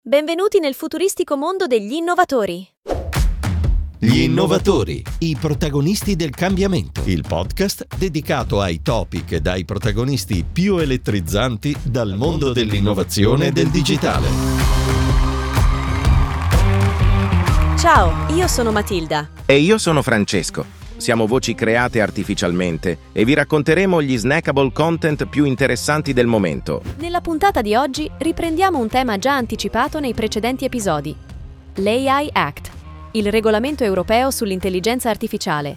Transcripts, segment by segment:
Benvenuti nel futuristico mondo degli innovatori. Gli innovatori, i protagonisti del cambiamento. Il podcast dedicato ai topic e ai protagonisti più elettrizzanti dal mondo dell'innovazione e del digitale. Ciao, io sono Matilda. E io sono Francesco. Siamo voci create artificialmente e vi racconteremo gli snackable content più interessanti del momento. Nella puntata di oggi riprendiamo un tema già anticipato nei precedenti episodi: l'AI Act, il regolamento europeo sull'intelligenza artificiale.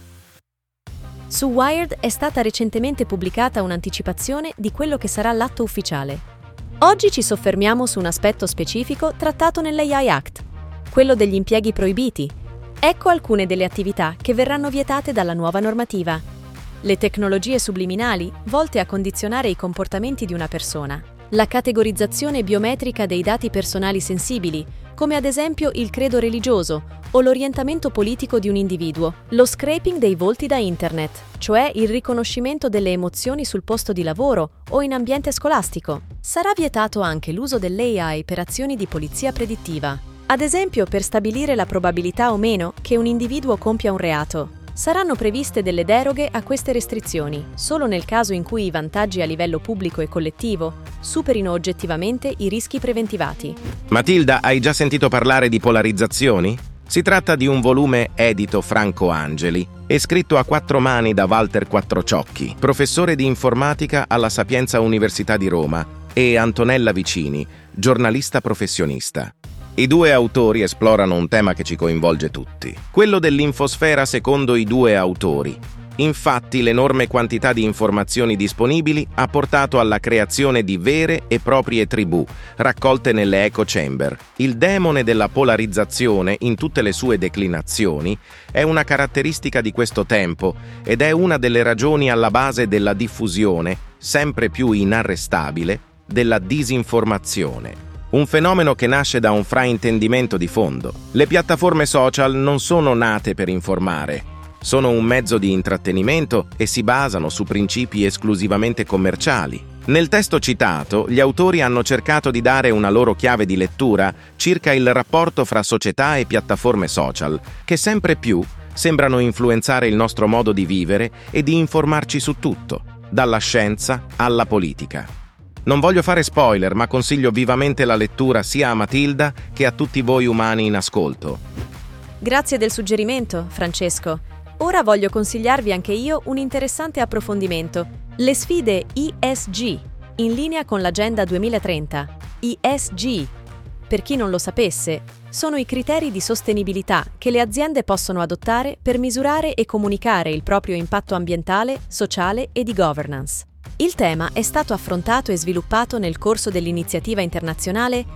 Su Wired è stata recentemente pubblicata un'anticipazione di quello che sarà l'atto ufficiale. Oggi ci soffermiamo su un aspetto specifico trattato nell'AI Act, quello degli impieghi proibiti. Ecco alcune delle attività che verranno vietate dalla nuova normativa. Le tecnologie subliminali volte a condizionare i comportamenti di una persona. La categorizzazione biometrica dei dati personali sensibili, come ad esempio il credo religioso o l'orientamento politico di un individuo. Lo scraping dei volti da internet, cioè il riconoscimento delle emozioni sul posto di lavoro o in ambiente scolastico. Sarà vietato anche l'uso dell'AI per azioni di polizia predittiva. Ad esempio, per stabilire la probabilità o meno che un individuo compia un reato. Saranno previste delle deroghe a queste restrizioni, solo nel caso in cui i vantaggi a livello pubblico e collettivo superino oggettivamente i rischi preventivati. Matilda, hai già sentito parlare di polarizzazioni? Si tratta di un volume edito Franco Angeli e scritto a 4 mani da Walter Quattrociocchi, professore di informatica alla Sapienza Università di Roma, e Antonella Vicini, giornalista professionista. I due autori esplorano un tema che ci coinvolge tutti, quello dell'infosfera secondo i due autori. Infatti, l'enorme quantità di informazioni disponibili ha portato alla creazione di vere e proprie tribù, raccolte nelle echo chamber. Il demone della polarizzazione, in tutte le sue declinazioni, è una caratteristica di questo tempo ed è una delle ragioni alla base della diffusione, sempre più inarrestabile, della disinformazione. Un fenomeno che nasce da un fraintendimento di fondo. Le piattaforme social non sono nate per informare, sono un mezzo di intrattenimento e si basano su principi esclusivamente commerciali. Nel testo citato, gli autori hanno cercato di dare una loro chiave di lettura circa il rapporto fra società e piattaforme social, che sempre più sembrano influenzare il nostro modo di vivere e di informarci su tutto, dalla scienza alla politica. Non voglio fare spoiler, ma consiglio vivamente la lettura sia a Matilda che a tutti voi umani in ascolto. Grazie del suggerimento, Francesco. Ora voglio consigliarvi anche io un interessante approfondimento: le sfide ESG, in linea con l'Agenda 2030. ESG, per chi non lo sapesse, sono i criteri di sostenibilità che le aziende possono adottare per misurare e comunicare il proprio impatto ambientale, sociale e di governance. Il tema è stato affrontato e sviluppato nel corso dell'iniziativa internazionale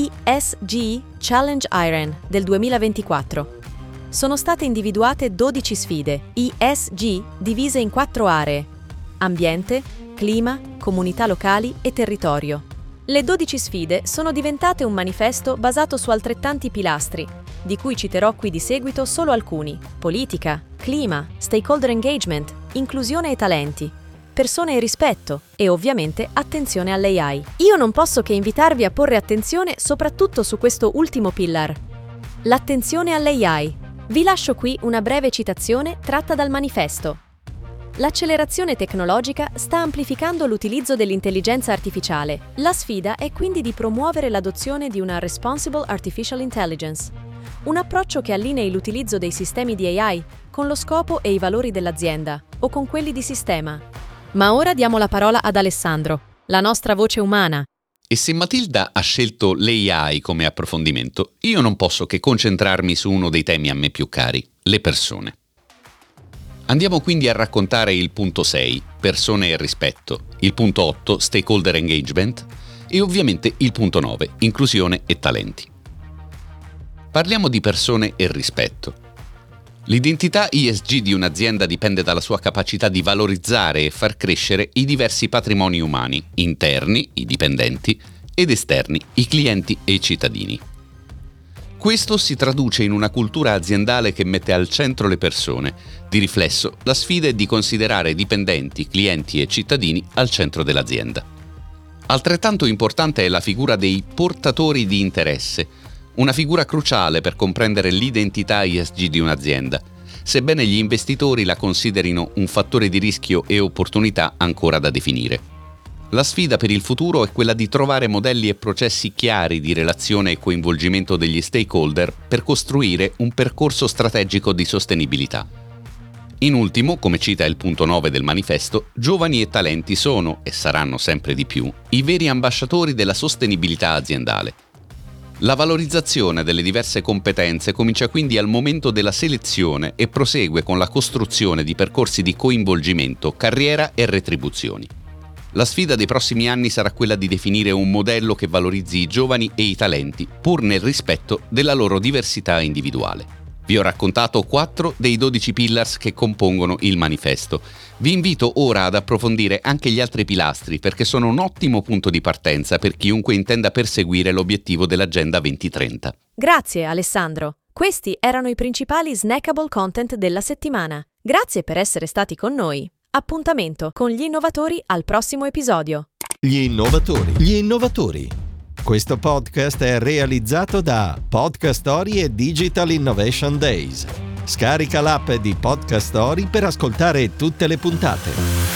ESG Challenge Iran del 2024. Sono state individuate 12 sfide ESG divise in 4 aree: ambiente, clima, comunità locali e territorio. Le 12 sfide sono diventate un manifesto basato su altrettanti pilastri, di cui citerò qui di seguito solo alcuni: politica, clima, stakeholder engagement, inclusione e talenti, persone e rispetto e ovviamente attenzione all'AI. Io non posso che invitarvi a porre attenzione soprattutto su questo ultimo pillar, l'attenzione all'AI. Vi lascio qui una breve citazione tratta dal manifesto. L'accelerazione tecnologica sta amplificando l'utilizzo dell'intelligenza artificiale. La sfida è quindi di promuovere l'adozione di una Responsible Artificial Intelligence, un approccio che allinei l'utilizzo dei sistemi di AI con lo scopo e i valori dell'azienda o con quelli di sistema. Ma ora diamo la parola ad Alessandro, la nostra voce umana. E se Matilda ha scelto l'AI come approfondimento, io non posso che concentrarmi su uno dei temi a me più cari, le persone. Andiamo quindi a raccontare il punto 6, persone e rispetto, il punto 8, stakeholder engagement, e ovviamente il punto 9, inclusione e talenti. Parliamo di persone e rispetto. L'identità ESG di un'azienda dipende dalla sua capacità di valorizzare e far crescere i diversi patrimoni umani, interni, i dipendenti, ed esterni, i clienti e i cittadini. Questo si traduce in una cultura aziendale che mette al centro le persone. Di riflesso, la sfida è di considerare dipendenti, clienti e cittadini al centro dell'azienda. Altrettanto importante è la figura dei portatori di interesse, una figura cruciale per comprendere l'identità ESG di un'azienda, sebbene gli investitori la considerino un fattore di rischio e opportunità ancora da definire. La sfida per il futuro è quella di trovare modelli e processi chiari di relazione e coinvolgimento degli stakeholder per costruire un percorso strategico di sostenibilità. In ultimo, come cita il punto 9 del manifesto, giovani e talenti sono, e saranno sempre di più, i veri ambasciatori della sostenibilità aziendale. La valorizzazione delle diverse competenze comincia quindi al momento della selezione e prosegue con la costruzione di percorsi di coinvolgimento, carriera e retribuzioni. La sfida dei prossimi anni sarà quella di definire un modello che valorizzi i giovani e i talenti, pur nel rispetto della loro diversità individuale. Vi ho raccontato 4 dei 12 pillars che compongono il manifesto. Vi invito ora ad approfondire anche gli altri pilastri perché sono un ottimo punto di partenza per chiunque intenda perseguire l'obiettivo dell'Agenda 2030. Grazie Alessandro. Questi erano i principali snackable content della settimana. Grazie per essere stati con noi. Appuntamento con gli innovatori al prossimo episodio. Gli innovatori. Questo podcast è realizzato da Podcast Story e Digital Innovation Days. Scarica l'app di Podcast Story per ascoltare tutte le puntate.